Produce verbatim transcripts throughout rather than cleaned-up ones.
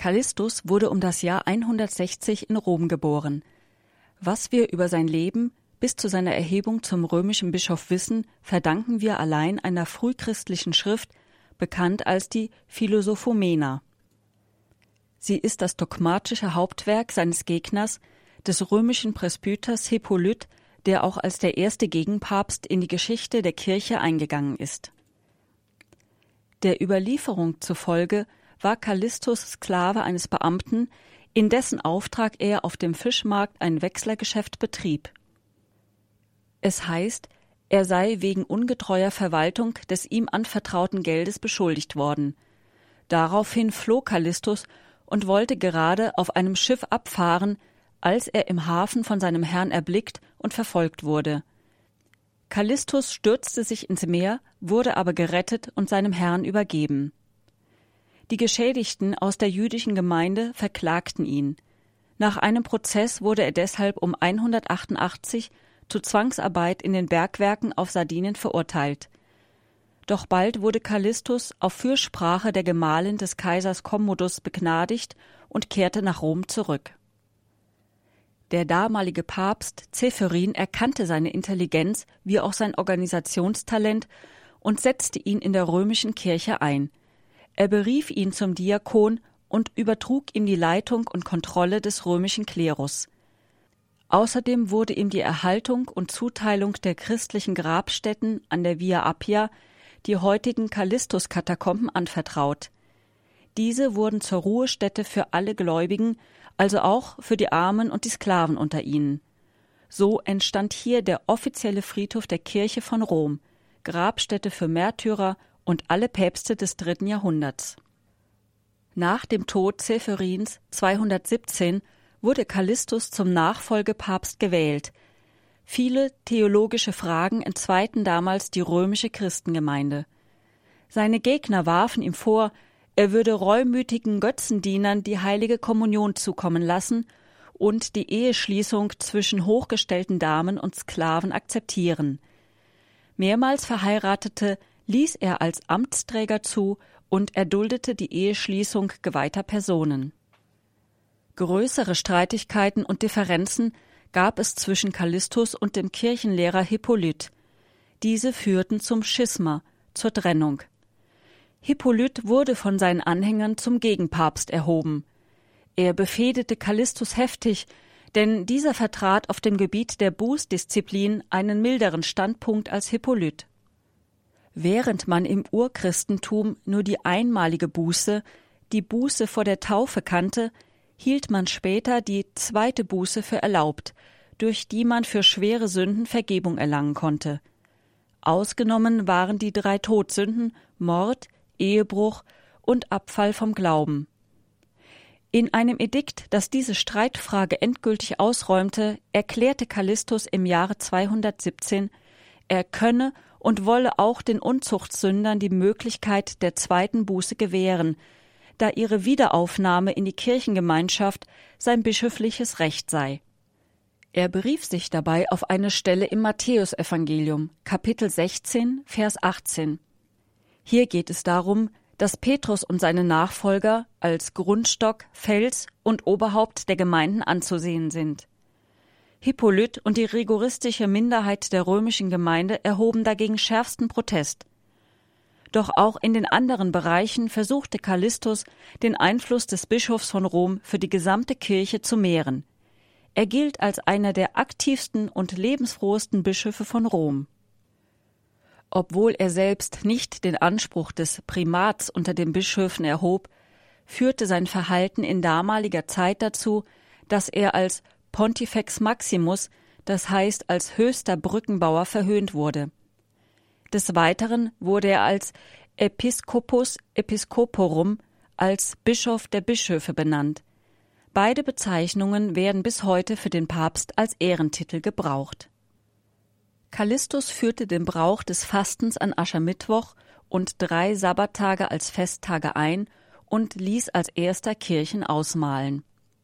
Callistus wurde um das Jahr hundertsechzig in Rom geboren. Was wir über sein Leben bis zu seiner Erhebung zum römischen Bischof wissen, verdanken wir allein einer frühchristlichen Schrift, bekannt als die Philosophomena. Sie ist das dogmatische Hauptwerk seines Gegners, des römischen Presbyters Hippolyt, der auch als der erste Gegenpapst in die Geschichte der Kirche eingegangen ist. Der Überlieferung zufolge war Callistus Sklave eines Beamten, in dessen Auftrag er auf dem Fischmarkt ein Wechslergeschäft betrieb. Es heißt, er sei wegen ungetreuer Verwaltung des ihm anvertrauten Geldes beschuldigt worden. Daraufhin floh Callistus und wollte gerade auf einem Schiff abfahren, als er im Hafen von seinem Herrn erblickt und verfolgt wurde. Callistus stürzte sich ins Meer, wurde aber gerettet und seinem Herrn übergeben. Die Geschädigten aus der jüdischen Gemeinde verklagten ihn. Nach einem Prozess wurde er deshalb um hundertachtundachtzig zu Zwangsarbeit in den Bergwerken auf Sardinien verurteilt. Doch bald wurde Callistus auf Fürsprache der Gemahlin des Kaisers Commodus begnadigt und kehrte nach Rom zurück. Der damalige Papst Zephyrin erkannte seine Intelligenz wie auch sein Organisationstalent und setzte ihn in der römischen Kirche ein. Er berief ihn zum Diakon und übertrug ihm die Leitung und Kontrolle des römischen Klerus. Außerdem wurde ihm die Erhaltung und Zuteilung der christlichen Grabstätten an der Via Appia, die heutigen Callistus-Katakomben, anvertraut. Diese wurden zur Ruhestätte für alle Gläubigen, also auch für die Armen und die Sklaven unter ihnen. So entstand hier der offizielle Friedhof der Kirche von Rom, Grabstätte für Märtyrer und alle Päpste des dritten Jahrhunderts. Nach dem Tod Zephyrins zweihundertsiebzehn wurde Callistus zum Nachfolgepapst gewählt. Viele theologische Fragen entzweiten damals die römische Christengemeinde. Seine Gegner warfen ihm vor, er würde reumütigen Götzendienern die heilige Kommunion zukommen lassen und die Eheschließung zwischen hochgestellten Damen und Sklaven akzeptieren. Mehrmals Verheiratete ließ er als Amtsträger zu und erduldete die Eheschließung geweihter Personen. Größere Streitigkeiten und Differenzen gab es zwischen Callistus und dem Kirchenlehrer Hippolyt. Diese führten zum Schisma, zur Trennung. Hippolyt wurde von seinen Anhängern zum Gegenpapst erhoben. Er befehdete Callistus heftig, denn dieser vertrat auf dem Gebiet der Bußdisziplin einen milderen Standpunkt als Hippolyt. Während man im Urchristentum nur die einmalige Buße, die Buße vor der Taufe kannte, hielt man später die zweite Buße für erlaubt, durch die man für schwere Sünden Vergebung erlangen konnte. Ausgenommen waren die drei Todsünden Mord, Ehebruch und Abfall vom Glauben. In einem Edikt, das diese Streitfrage endgültig ausräumte, erklärte Callistus im Jahre zweihundertsiebzehn, er könne und wolle auch den Unzuchtsündern die Möglichkeit der zweiten Buße gewähren, da ihre Wiederaufnahme in die Kirchengemeinschaft sein bischöfliches Recht sei. Er berief sich dabei auf eine Stelle im Matthäusevangelium, Kapitel sechzehn, Vers achtzehn. Hier geht es darum, dass Petrus und seine Nachfolger als Grundstock, Fels und Oberhaupt der Gemeinden anzusehen sind. Hippolyt und die rigoristische Minderheit der römischen Gemeinde erhoben dagegen schärfsten Protest. Doch auch in den anderen Bereichen versuchte Callistus, den Einfluss des Bischofs von Rom für die gesamte Kirche zu mehren. Er gilt als einer der aktivsten und lebensfrohesten Bischöfe von Rom. Obwohl er selbst nicht den Anspruch des Primats unter den Bischöfen erhob, führte sein Verhalten in damaliger Zeit dazu, dass er als Pontifex Maximus, das heißt als höchster Brückenbauer, verhöhnt wurde. Des Weiteren wurde er als Episcopus Episcoporum, als Bischof der Bischöfe benannt. Beide Bezeichnungen werden bis heute für den Papst als Ehrentitel gebraucht. Callistus führte den Brauch des Fastens an Aschermittwoch und drei Sabbattage als Festtage ein und ließ als erster Kirchen ausmalen.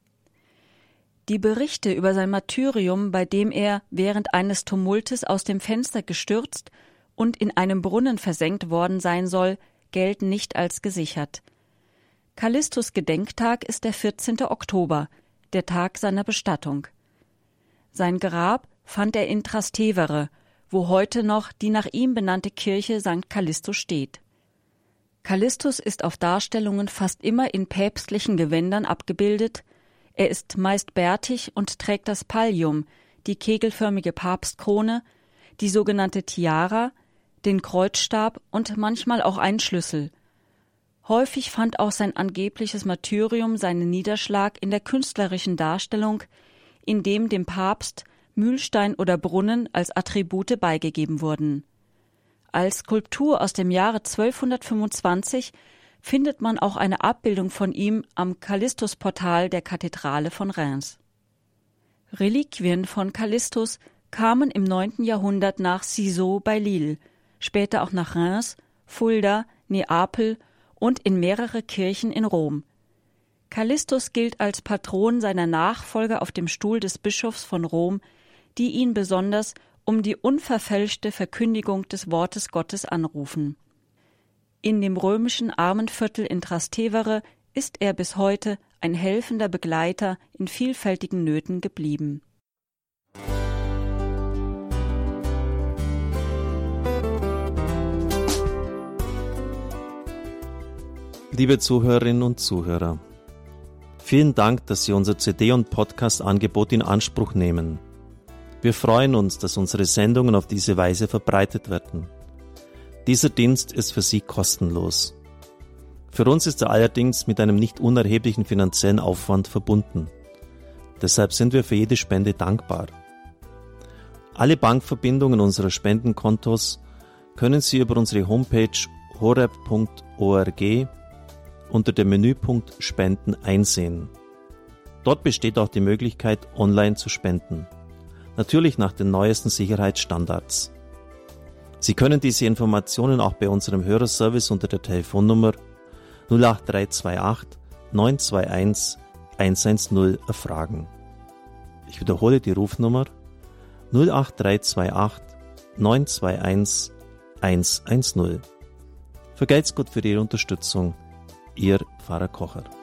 Die Berichte über sein Martyrium, bei dem er während eines Tumultes aus dem Fenster gestürzt und in einem Brunnen versenkt worden sein soll, gelten nicht als gesichert. Callistus Gedenktag ist der vierzehnte Oktober, der Tag seiner Bestattung. Sein Grab fand er in Trastevere, wo heute noch die nach ihm benannte Kirche Sankt Callisto steht. Callistus ist auf Darstellungen fast immer in päpstlichen Gewändern abgebildet. Er ist meist bärtig und trägt das Pallium, die kegelförmige Papstkrone, die sogenannte Tiara, den Kreuzstab und manchmal auch einen Schlüssel. Häufig fand auch sein angebliches Martyrium seinen Niederschlag in der künstlerischen Darstellung, in dem dem Papst Mühlstein oder Brunnen als Attribute beigegeben wurden. Als Skulptur aus dem Jahre zwölfhundertfünfundzwanzig findet man auch eine Abbildung von ihm am Callistusportal der Kathedrale von Reims. Reliquien von Callistus kamen im neunten Jahrhundert nach Cizot bei Lille, später auch nach Reims, Fulda, Neapel und in mehrere Kirchen in Rom. Callistus gilt als Patron seiner Nachfolger auf dem Stuhl des Bischofs von Rom, die ihn besonders um die unverfälschte Verkündigung des Wortes Gottes anrufen. In dem römischen Armenviertel in Trastevere ist er bis heute ein helfender Begleiter in vielfältigen Nöten geblieben. Liebe Zuhörerinnen und Zuhörer, vielen Dank, dass Sie unser C D- und Podcast-Angebot in Anspruch nehmen. Wir freuen uns, dass unsere Sendungen auf diese Weise verbreitet werden. Dieser Dienst ist für Sie kostenlos. Für uns ist er allerdings mit einem nicht unerheblichen finanziellen Aufwand verbunden. Deshalb sind wir für jede Spende dankbar. Alle Bankverbindungen unserer Spendenkontos können Sie über unsere Homepage horeb punkt org unter dem Menüpunkt Spenden einsehen. Dort besteht auch die Möglichkeit, online zu spenden. Natürlich nach den neuesten Sicherheitsstandards. Sie können diese Informationen auch bei unserem Hörerservice unter der Telefonnummer null acht drei zwei acht neun zwei eins eins eins null erfragen. Ich wiederhole die Rufnummer null acht drei zwei acht neun zwei eins eins eins null. Vergelt's Gott für Ihre Unterstützung. Ihr Pfarrer Kocher.